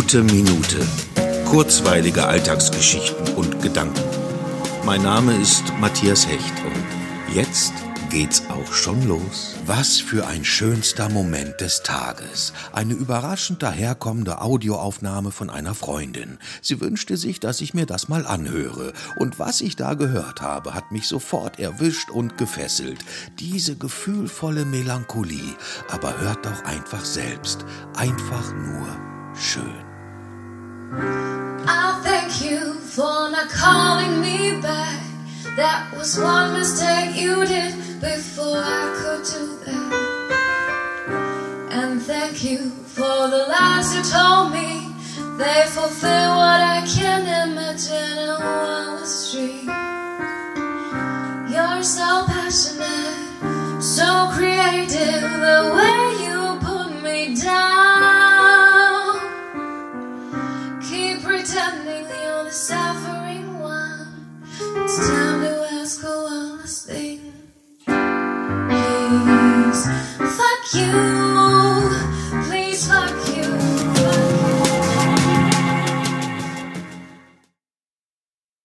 Gute Minute. Kurzweilige Alltagsgeschichten und Gedanken. Mein Name ist Matthias Hecht und jetzt geht's auch schon los. Was für ein schönster Moment des Tages. Eine überraschend daherkommende Audioaufnahme von einer Freundin. Sie wünschte sich, dass ich mir das mal anhöre. Und was ich da gehört habe, hat mich sofort erwischt und gefesselt. Diese gefühlvolle Melancholie. Aber hört doch einfach selbst. Einfach nur schön. I thank you for not calling me back. That was one mistake you did before I could do that. And thank you for the lies you told me. They fulfill what I can imagine in one street.